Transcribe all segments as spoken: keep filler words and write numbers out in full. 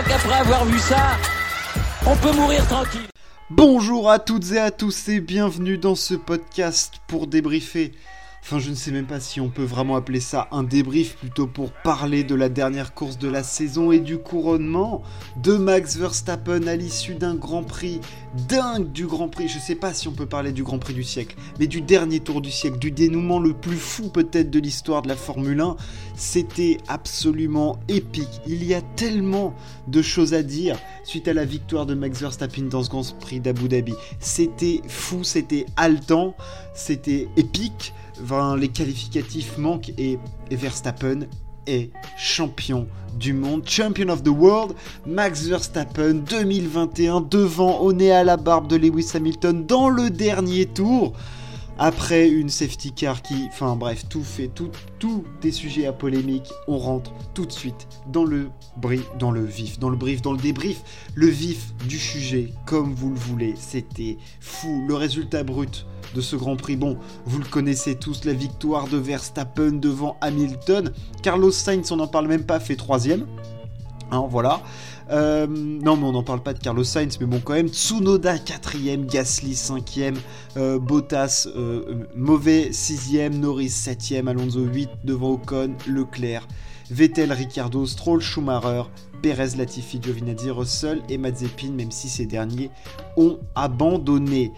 crois qu'après avoir vu ça, on peut mourir tranquille. Bonjour à toutes et à tous et bienvenue dans ce podcast pour débriefer. Enfin, je ne sais même pas si on peut vraiment appeler ça un débrief, plutôt pour parler de la dernière course de la saison et du couronnement de Max Verstappen à l'issue d'un Grand Prix dingue, du Grand Prix, je ne sais pas si on peut parler du Grand Prix du siècle, mais du dernier tour du siècle, du dénouement le plus fou peut-être de l'histoire de la Formule un. C'était absolument épique. Il y a tellement de choses à dire suite à la victoire de Max Verstappen dans ce Grand Prix d'Abu Dhabi. C'était fou, c'était haletant, c'était épique. Enfin, les qualificatifs manquent et, et Verstappen est champion du monde, champion of the world. Max Verstappen deux mille vingt et un devant au nez à la barbe de Lewis Hamilton dans le dernier tour. Après une safety car qui... Enfin bref, tout fait, tout, tout des sujets à polémique. On rentre tout de suite dans le brief, dans le vif, dans le brief, dans le débrief. Le vif du sujet, comme vous le voulez. C'était fou. Le résultat brut de ce Grand Prix, bon, vous le connaissez tous, la victoire de Verstappen devant Hamilton. Carlos Sainz, on n'en parle même pas, fait troisième. Hein, voilà. Euh, non, mais on n'en parle pas de Carlos Sainz, mais bon, quand même. Tsunoda quatrième, Gasly cinquième, euh, Bottas euh, mauvais sixième, Norris septième, Alonso huit devant Ocon, Leclerc, Vettel, Ricciardo, Stroll, Schumacher, Perez, Latifi, Giovinazzi, Russell et Mazepin, même si ces derniers ont abandonné.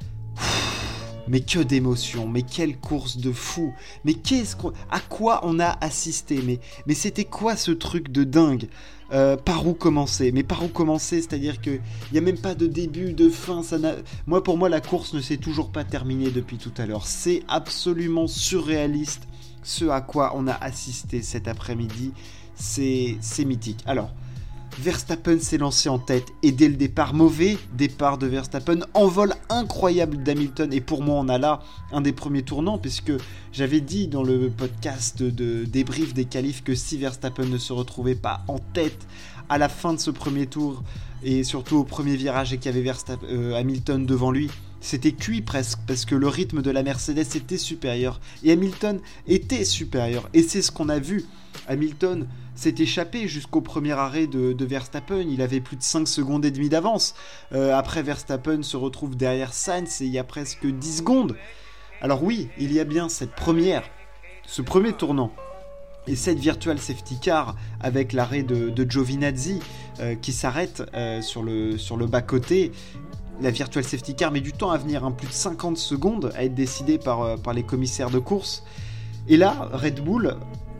Mais que d'émotions, mais quelle course de fou, mais qu'est-ce qu'on, à quoi on a assisté, mais, mais c'était quoi ce truc de dingue, euh, par où commencer, mais par où commencer, c'est-à-dire qu'il n'y a même pas de début, de fin, ça n'a... moi pour moi la course ne s'est toujours pas terminée depuis tout à l'heure, c'est absolument surréaliste ce à quoi on a assisté cet après-midi, c'est, c'est mythique. Alors, Verstappen s'est lancé en tête et dès le départ, mauvais départ de Verstappen, envol incroyable d'Hamilton et pour moi on a là un des premiers tournants puisque j'avais dit dans le podcast de débrief des qualifs que si Verstappen ne se retrouvait pas en tête à la fin de ce premier tour et surtout au premier virage et qu'il y avait Verstappen, euh, Hamilton devant lui, c'était cuit presque parce que le rythme de la Mercedes était supérieur et Hamilton était supérieur et c'est ce qu'on a vu. Hamilton s'est échappé jusqu'au premier arrêt de, de Verstappen, il avait plus de cinq secondes et demie d'avance. Euh, après Verstappen se retrouve derrière Sainz et il y a presque dix secondes. Alors oui, il y a bien cette première, ce premier tournant et cette virtual safety car avec l'arrêt de, de Giovinazzi euh, qui s'arrête euh, sur le, sur le bas-côté. La virtual safety car met du temps à venir, hein, plus de cinquante secondes à être décidée par, euh, par les commissaires de course. Et là, Red Bull,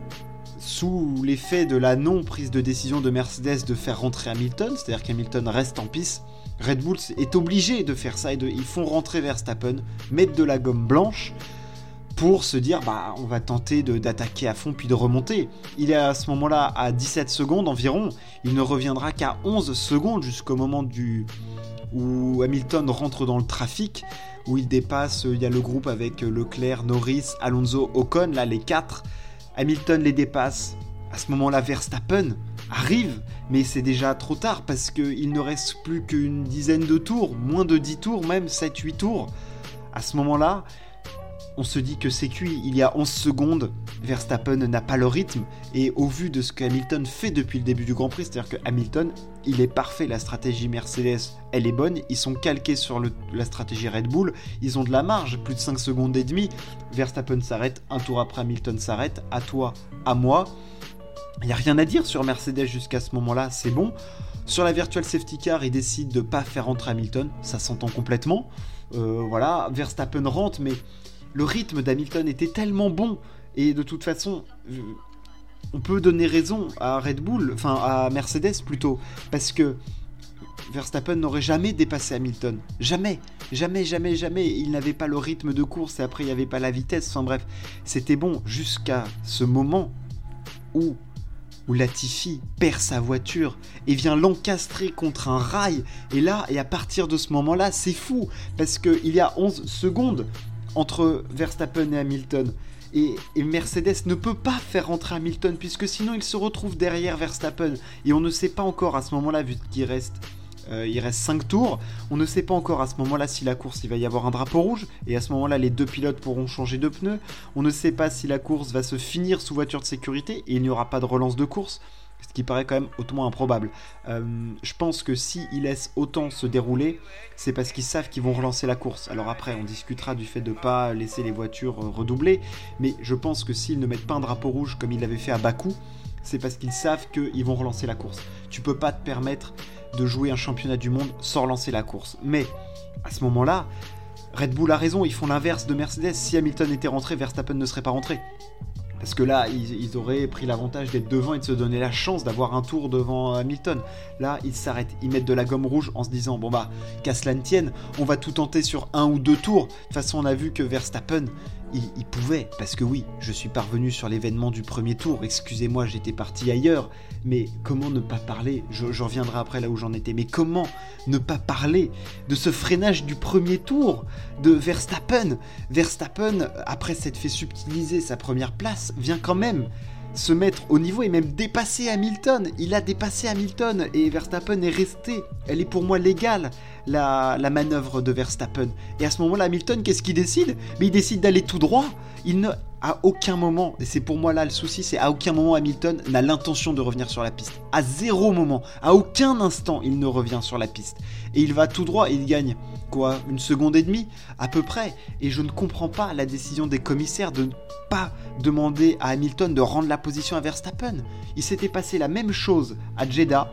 sous l'effet de la non-prise de décision de Mercedes de faire rentrer Hamilton, c'est-à-dire qu'Hamilton reste en piste, Red Bull est obligé de faire ça et de, ils font rentrer Verstappen, mettre de la gomme blanche pour se dire bah on va tenter de, d'attaquer à fond puis de remonter. Il est à ce moment-là à dix-sept secondes environ, il ne reviendra qu'à onze secondes jusqu'au moment du, où Hamilton rentre dans le trafic, où il dépasse, il y a le groupe avec Leclerc, Norris, Alonso, Ocon, là les quatre. Hamilton les dépasse, à ce moment-là Verstappen arrive, mais c'est déjà trop tard parce qu'il ne reste plus qu'une dizaine de tours, moins de dix tours même, sept huit tours. À ce moment-là, on se dit que c'est cuit, il y a onze secondes, Verstappen n'a pas le rythme, et au vu de ce que Hamilton fait depuis le début du Grand Prix, c'est-à-dire que Hamilton, il est parfait, la stratégie Mercedes, elle est bonne, ils sont calqués sur le, la stratégie Red Bull, ils ont de la marge, plus de cinq secondes et demie, Verstappen s'arrête, un tour après Hamilton s'arrête, à toi, à moi, il n'y a rien à dire sur Mercedes jusqu'à ce moment-là, c'est bon. Sur la virtual safety car, ils décident de ne pas faire rentrer Hamilton, ça s'entend complètement, euh, voilà, Verstappen rentre, mais le rythme d'Hamilton était tellement bon, et de toute façon, on peut donner raison à Red Bull, enfin à Mercedes plutôt, parce que Verstappen n'aurait jamais dépassé Hamilton, jamais, jamais, jamais, jamais, il n'avait pas le rythme de course, et après il n'y avait pas la vitesse, enfin bref, c'était bon, jusqu'à ce moment où, où Latifi perd sa voiture, et vient l'encastrer contre un rail, et là, et à partir de ce moment-là, c'est fou, parce qu'il y a onze secondes, entre Verstappen et Hamilton. Et, et Mercedes ne peut pas faire rentrer Hamilton, puisque sinon il se retrouve derrière Verstappen. Et on ne sait pas encore à ce moment-là, vu qu'il reste, euh, il reste cinq tours, on ne sait pas encore à ce moment-là si la course, il va y avoir un drapeau rouge, et à ce moment-là, les deux pilotes pourront changer de pneus. On ne sait pas si la course va se finir sous voiture de sécurité, et il n'y aura pas de relance de course. ce qui paraît quand même hautement improbable. Euh, je pense que s'ils laissent autant se dérouler, c'est parce qu'ils savent qu'ils vont relancer la course. Alors après, on discutera du fait de ne pas laisser les voitures redoubler, mais je pense que s'ils ne mettent pas un drapeau rouge comme ils l'avaient fait à Bakou, c'est parce qu'ils savent qu'ils vont relancer la course. Tu peux pas te permettre de jouer un championnat du monde sans relancer la course. Mais à ce moment-là, Red Bull a raison, ils font l'inverse de Mercedes. Si Hamilton était rentré, Verstappen ne serait pas rentré. Parce que là, ils, ils auraient pris l'avantage d'être devant et de se donner la chance d'avoir un tour devant Hamilton. Là, ils s'arrêtent, ils mettent de la gomme rouge en se disant, bon bah, qu'à cela ne tienne, on va tout tenter sur un ou deux tours. De toute façon, on a vu que Verstappen, il, il pouvait, parce que oui, je suis parvenu sur l'événement du premier tour, excusez-moi, j'étais parti ailleurs, mais comment ne pas parler, je, je reviendrai après là où j'en étais, mais comment ne pas parler de ce freinage du premier tour de Verstappen. Verstappen, après s'être fait subtiliser sa première place, vient quand même se mettre au niveau et même dépasser Hamilton. Il a dépassé Hamilton et Verstappen est resté. Elle est pour moi légale, la, la manœuvre de Verstappen. Et à ce moment-là, Hamilton, qu'est-ce qu'il décide ? Mais il décide d'aller tout droit. Il ne, à aucun moment, et c'est pour moi là le souci, c'est à aucun moment Hamilton n'a l'intention de revenir sur la piste. À zéro moment, à aucun instant, il ne revient sur la piste. Et il va tout droit et il gagne, quoi, une seconde et demie, à peu près. Et je ne comprends pas la décision des commissaires de ne pas demander à Hamilton de rendre la position à Verstappen. Il s'était passé la même chose à Jeddah.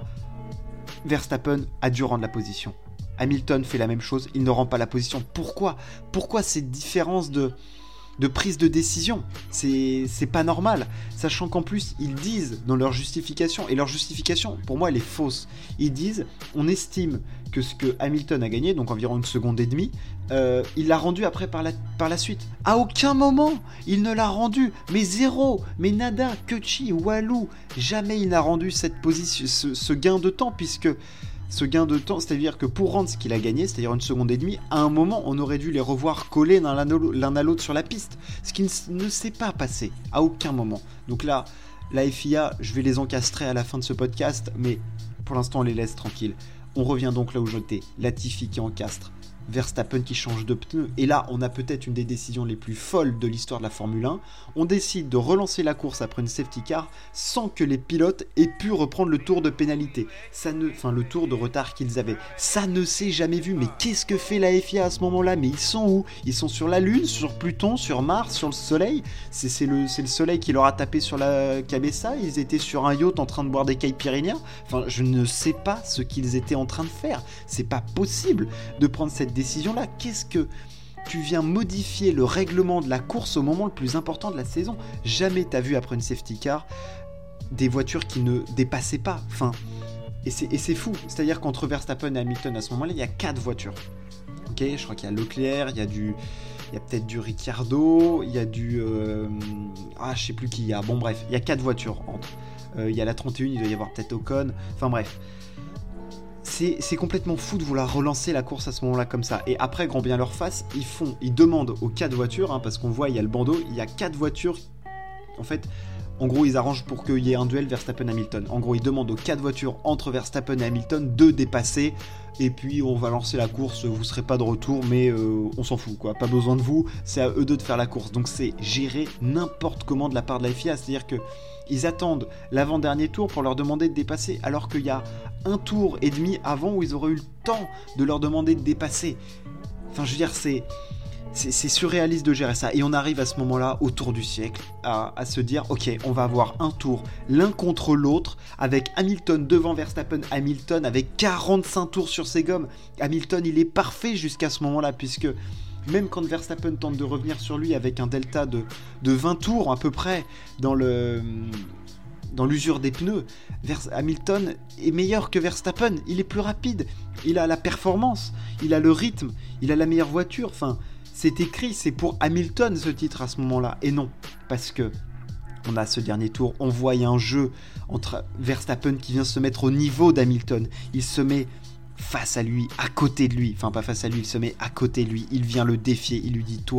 Verstappen a dû rendre la position. Hamilton fait la même chose, il ne rend pas la position. Pourquoi ? Pourquoi cette différence de... de prise de décision, c'est, c'est pas normal, sachant qu'en plus ils disent dans leur justification, et leur justification pour moi elle est fausse, ils disent on estime que ce que Hamilton a gagné, donc environ une seconde et demie, euh, il l'a rendu après par la, par la suite. À aucun moment il ne l'a rendu, mais zéro, mais nada, que chi, walou, jamais il n'a rendu cette position, ce, ce gain de temps, puisque ce gain de temps, c'est-à-dire que pour rendre ce qu'il a gagné, c'est-à-dire une seconde et demie, à un moment, on aurait dû les revoir collés l'un à l'autre sur la piste. Ce qui ne s'est pas passé, à aucun moment. Donc là, la F I A, je vais les encastrer à la fin de ce podcast, mais pour l'instant, on les laisse tranquilles. On revient donc là où j'étais, Latifi qui encastre, Verstappen qui change de pneu, et là on a peut-être une des décisions les plus folles de l'histoire de la Formule un, on décide de relancer la course après une safety car sans que les pilotes aient pu reprendre le tour de pénalité, ça ne, enfin le tour de retard qu'ils avaient, ça ne s'est jamais vu. Mais qu'est-ce que fait la F I A à ce moment-là ? Mais ils sont où ? Ils sont sur la Lune, sur Pluton, sur Mars, sur le Soleil ? C'est, c'est, le, c'est le Soleil qui leur a tapé sur la cabessa, ils étaient sur un yacht en train de boire des caipirinhas, enfin je ne sais pas ce qu'ils étaient en train de faire, c'est pas possible de prendre cette décision-là. Qu'est-ce que tu viens modifier le règlement de la course au moment le plus important de la saison ? Jamais t'as vu après une safety car des voitures qui ne dépassaient pas. Enfin, et c'est, et c'est fou. C'est-à-dire qu'entre Verstappen et Hamilton à ce moment-là, il y a quatre voitures. Ok, je crois qu'il y a Leclerc, il y a du, il y a peut-être du Ricciardo, il y a du, euh... ah je sais plus qui il y a. Bon bref, il y a quatre voitures entre. Euh, il y a la trente et un, il doit y avoir peut-être Ocon. Enfin bref. C'est, c'est complètement fou de vouloir relancer la course à ce moment-là comme ça. Et après, grand bien leur face, ils font, ils demandent aux quatre voitures, hein, parce qu'on voit, il y a le bandeau, il y a quatre voitures. En fait, en gros, ils arrangent pour qu'il y ait un duel Verstappen-Hamilton. En gros, ils demandent aux quatre voitures entre Verstappen et Hamilton de dépasser. Et puis, on va lancer la course, vous serez pas de retour, mais euh, on s'en fout, quoi. Pas besoin de vous, c'est à eux deux de faire la course. Donc, c'est géré n'importe comment de la part de la F I A. C'est-à-dire que ils attendent l'avant-dernier tour pour leur demander de dépasser, alors qu'il y a un tour et demi avant où ils auraient eu le temps de leur demander de dépasser. Enfin, je veux dire, c'est, c'est, c'est surréaliste de gérer ça. Et on arrive à ce moment-là, au tour du siècle, à, à se dire, ok, on va avoir un tour l'un contre l'autre, avec Hamilton devant Verstappen, Hamilton avec quarante-cinq tours sur ses gommes. Hamilton, il est parfait jusqu'à ce moment-là, puisque même quand Verstappen tente de revenir sur lui avec un delta de, de vingt tours à peu près dans, le, dans l'usure des pneus, Vers, Hamilton est meilleur que Verstappen, il est plus rapide, il a la performance, il a le rythme, il a la meilleure voiture, enfin c'est écrit, c'est pour Hamilton ce titre à ce moment-là, et non, parce que on a ce dernier tour, on voit un jeu entre Verstappen qui vient se mettre au niveau d'Hamilton, il se met face à lui, à côté de lui, enfin pas face à lui, il se met à côté de lui, il vient le défier, il lui dit toi,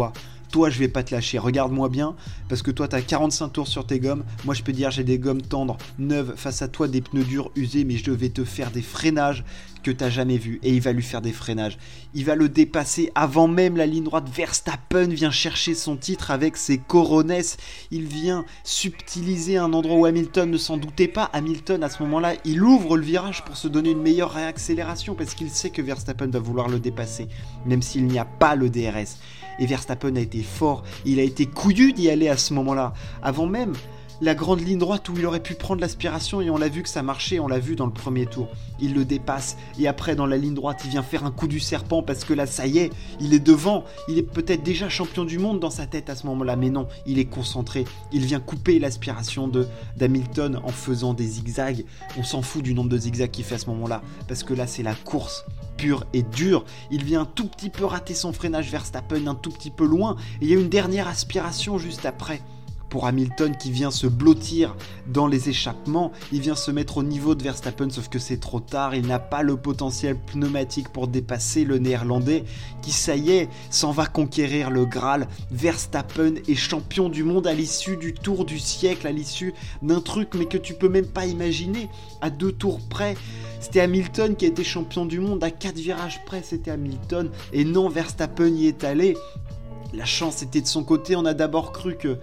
toi je vais pas te lâcher, regarde-moi bien, parce que toi t'as quarante-cinq tours sur tes gommes, moi je peux dire j'ai des gommes tendres, neuves, face à toi des pneus durs usés, mais je vais te faire des freinages que t'as jamais vu, et il va lui faire des freinages, il va le dépasser avant même la ligne droite. Verstappen vient chercher son titre avec ses corones, il vient subtiliser un endroit où Hamilton ne s'en doutait pas. Hamilton à ce moment-là, il ouvre le virage pour se donner une meilleure réaccélération, parce qu'il sait que Verstappen va vouloir le dépasser, même s'il n'y a pas le D R S. Et Verstappen a été fort, il a été couillu d'y aller à ce moment-là, avant même la grande ligne droite où il aurait pu prendre l'aspiration, et on l'a vu que ça marchait, on l'a vu dans le premier tour. Il le dépasse, et après dans la ligne droite, il vient faire un coup du serpent, parce que là, ça y est, il est devant, il est peut-être déjà champion du monde dans sa tête à ce moment-là, mais non, il est concentré, il vient couper l'aspiration de, d'Hamilton en faisant des zigzags. On s'en fout du nombre de zigzags qu'il fait à ce moment-là, parce que là, c'est la course pure et dure. Il vient un tout petit peu rater son freinage, Verstappen, un tout petit peu loin, et il y a une dernière aspiration juste après. Pour Hamilton qui vient se blottir dans les échappements, il vient se mettre au niveau de Verstappen, sauf que c'est trop tard, il n'a pas le potentiel pneumatique pour dépasser le néerlandais qui, ça y est, s'en va conquérir le Graal. Verstappen est champion du monde à l'issue du tour du siècle, à l'issue d'un truc mais que tu peux même pas imaginer, à deux tours près. C'était Hamilton qui a été champion du monde, à quatre virages près c'était Hamilton, et non, Verstappen y est allé. La chance était de son côté, on a d'abord cru que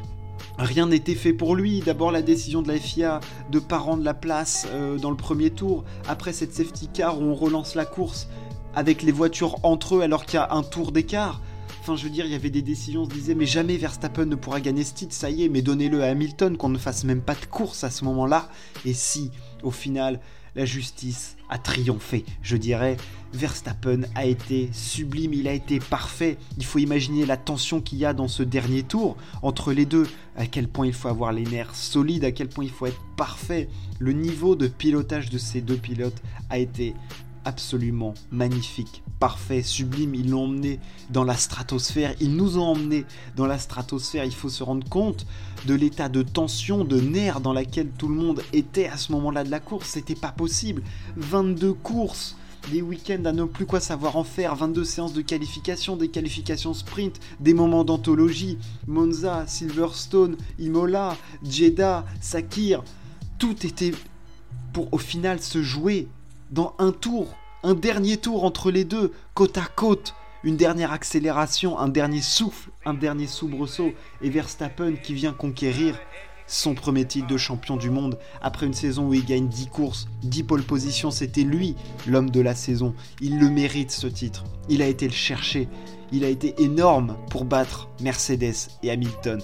rien n'était fait pour lui. D'abord la décision de la F I A de ne pas rendre la place euh, dans le premier tour. Après cette safety car où on relance la course avec les voitures entre eux alors qu'il y a un tour d'écart. Enfin je veux dire, il y avait des décisions, on se disait mais jamais Verstappen ne pourra gagner ce titre, ça y est, mais donnez-le à Hamilton, qu'on ne fasse même pas de course à ce moment-là. Et si, au final, la justice a triomphé, je dirais. Verstappen a été sublime, il a été parfait. Il faut imaginer la tension qu'il y a dans ce dernier tour entre les deux, à quel point il faut avoir les nerfs solides, à quel point il faut être parfait. Le niveau de pilotage de ces deux pilotes a été absolument magnifique, parfait, sublime. Ils l'ont emmené dans la stratosphère, ils nous ont emmenés dans la stratosphère. Il faut se rendre compte de l'état de tension, de nerfs dans laquelle tout le monde était à ce moment-là de la course. C'était pas possible. vingt-deux courses, des week-ends à ne plus quoi savoir en faire, vingt-deux séances de qualification, des qualifications sprint, des moments d'anthologie, Monza, Silverstone, Imola, Jeddah, Sakir, tout était pour au final se jouer dans un tour, un dernier tour entre les deux, côte à côte, une dernière accélération, un dernier souffle, un dernier soubresaut, et Verstappen qui vient conquérir son premier titre de champion du monde après une saison où il gagne dix courses, dix pole positions. C'était lui l'homme de la saison, il le mérite ce titre, il a été le chercher, il a été énorme pour battre Mercedes et Hamilton,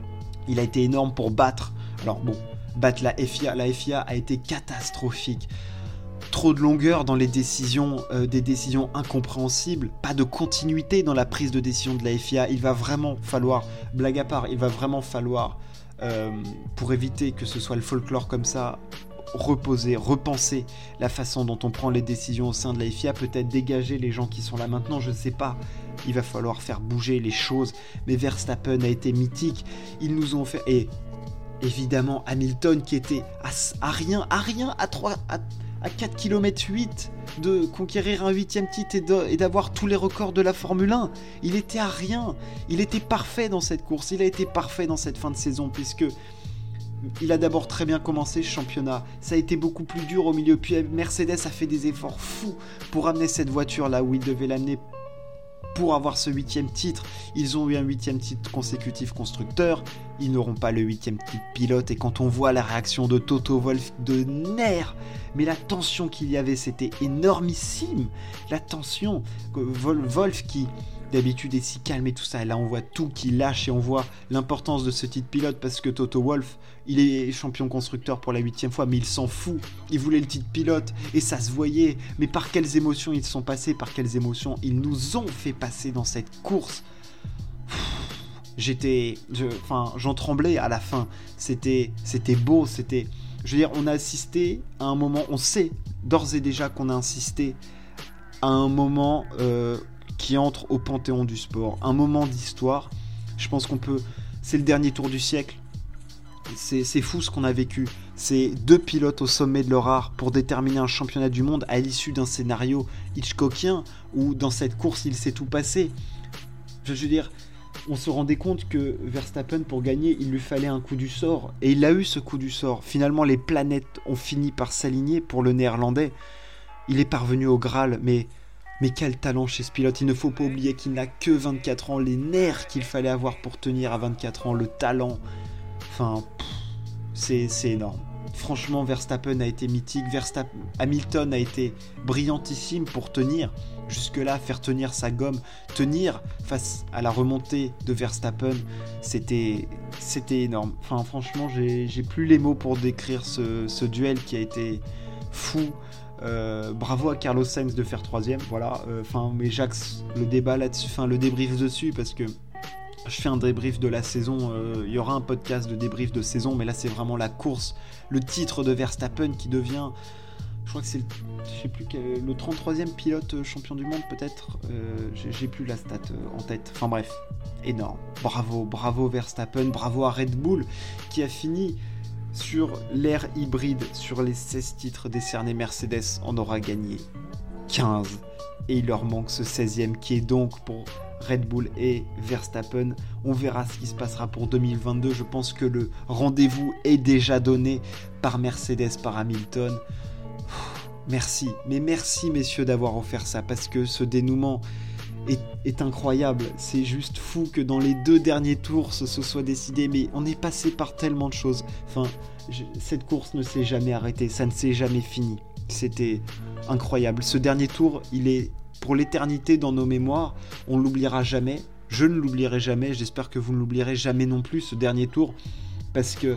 il a été énorme pour battre, alors bon, battre la F I A, la F I A a été catastrophique. Trop de longueur dans les décisions, euh, des décisions incompréhensibles, pas de continuité dans la prise de décision de la F I A. Il va vraiment falloir, blague à part, il va vraiment falloir, euh, pour éviter que ce soit le folklore comme ça, reposer, repenser la façon dont on prend les décisions au sein de la F I A, peut-être dégager les gens qui sont là maintenant, je ne sais pas. Il va falloir faire bouger les choses, mais Verstappen a été mythique. Ils nous ont fait... Et évidemment, Hamilton qui était à, à rien, à rien, à trois... À, à quatre kilomètres huit de conquérir un huitième titre et, de, et d'avoir tous les records de la Formule un. Il était à rien. Il était parfait dans cette course. Il a été parfait dans cette fin de saison puisque il a d'abord très bien commencé ce championnat. Ça a été beaucoup plus dur au milieu. Puis Mercedes a fait des efforts fous pour amener cette voiture là où il devait l'amener pour avoir ce huitième titre. Ils ont eu un huitième titre consécutif constructeur. Ils n'auront pas le huitième titre pilote. Et quand on voit la réaction de Toto Wolff, de nerfs, mais la tension qu'il y avait, c'était énormissime. La tension, Wolff qui d'habitude est si calme et tout ça, et là on voit tout qui lâche et on voit l'importance de ce titre pilote parce que Toto Wolff, il est champion constructeur pour la huitième fois, mais il s'en fout. Il voulait le titre pilote et ça se voyait. Mais par quelles émotions ils sont passés, par quelles émotions ils nous ont fait passer dans cette course. J'étais, je, enfin, j'en tremblais à la fin. C'était, c'était beau, c'était. Je veux dire, on a assisté à un moment, on sait d'ores et déjà qu'on a assisté à un moment euh, qui entre au panthéon du sport, un moment d'histoire. Je pense qu'on peut. C'est le dernier tour du siècle. C'est, c'est fou ce qu'on a vécu. C'est deux pilotes au sommet de leur art pour déterminer un championnat du monde à l'issue d'un scénario Hitchcockien où dans cette course il s'est tout passé. Je veux dire, on se rendait compte que Verstappen, pour gagner, il lui fallait un coup du sort. Et il a eu ce coup du sort. Finalement, les planètes ont fini par s'aligner pour le Néerlandais. Il est parvenu au Graal, mais, mais quel talent chez ce pilote. Il ne faut pas oublier qu'il n'a que vingt-quatre ans. Les nerfs qu'il fallait avoir pour tenir à vingt-quatre ans, le talent. Enfin, pff, c'est, c'est énorme. Franchement, Verstappen a été mythique. Verstappen, Hamilton a été brillantissime pour tenir. Jusque-là, faire tenir sa gomme, tenir face à la remontée de Verstappen, c'était, c'était énorme. Enfin, franchement, j'ai, j'ai plus les mots pour décrire ce, ce duel qui a été fou. Euh, bravo à Carlos Sainz de faire troisième, voilà. Enfin, euh, mais j'axe le débat là-dessus, enfin le débrief dessus, parce que je fais un débrief de la saison. Euh, il y aura un podcast de débrief de saison, mais là c'est vraiment la course, le titre de Verstappen qui devient, je crois que c'est le, je sais plus quel, le trente-troisième pilote champion du monde peut-être. Euh, j'ai, j'ai plus la stat euh, en tête. Enfin bref, énorme. Bravo, bravo Verstappen, bravo à Red Bull qui a fini sur l'ère hybride. Sur les seize titres décernés, Mercedes en aura gagné quinze. Et il leur manque ce seizième qui est donc pour Red Bull et Verstappen. On verra ce qui se passera pour deux mille vingt-deux. Je pense que le rendez-vous est déjà donné par Mercedes, par Hamilton. Merci, mais merci messieurs d'avoir offert ça, parce que ce dénouement est, est incroyable. C'est juste fou que dans les deux derniers tours ce se soit décidé, mais on est passé par tellement de choses. Enfin, je, cette course ne s'est jamais arrêtée, ça ne s'est jamais fini. C'était incroyable. Ce dernier tour, il est pour l'éternité dans nos mémoires. On ne l'oubliera jamais. Je ne l'oublierai jamais. J'espère que vous ne l'oublierez jamais non plus, ce dernier tour, parce que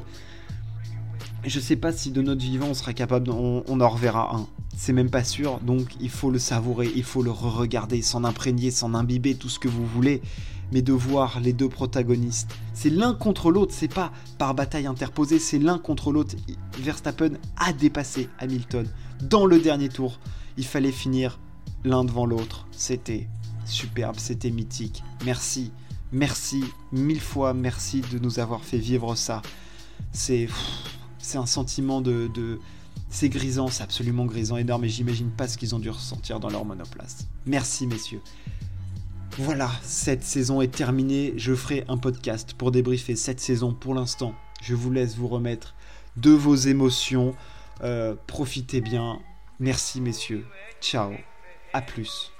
je sais pas si de notre vivant on sera capable, on, on en reverra un. C'est même pas sûr, donc il faut le savourer, il faut le re-regarder, s'en imprégner, s'en imbiber, tout ce que vous voulez. Mais de voir les deux protagonistes, c'est l'un contre l'autre, c'est pas par bataille interposée, c'est l'un contre l'autre. Verstappen a dépassé Hamilton dans le dernier tour. Il fallait finir l'un devant l'autre. C'était superbe, c'était mythique. Merci, merci, mille fois merci de nous avoir fait vivre ça. C'est... C'est un sentiment de, de... C'est grisant, c'est absolument grisant, énorme, et j'imagine pas ce qu'ils ont dû ressentir dans leur monoplace. Merci messieurs. Voilà, cette saison est terminée. Je ferai un podcast pour débriefer cette saison. Pour l'instant, je vous laisse vous remettre de vos émotions. Euh, profitez bien. Merci messieurs. Ciao. À plus.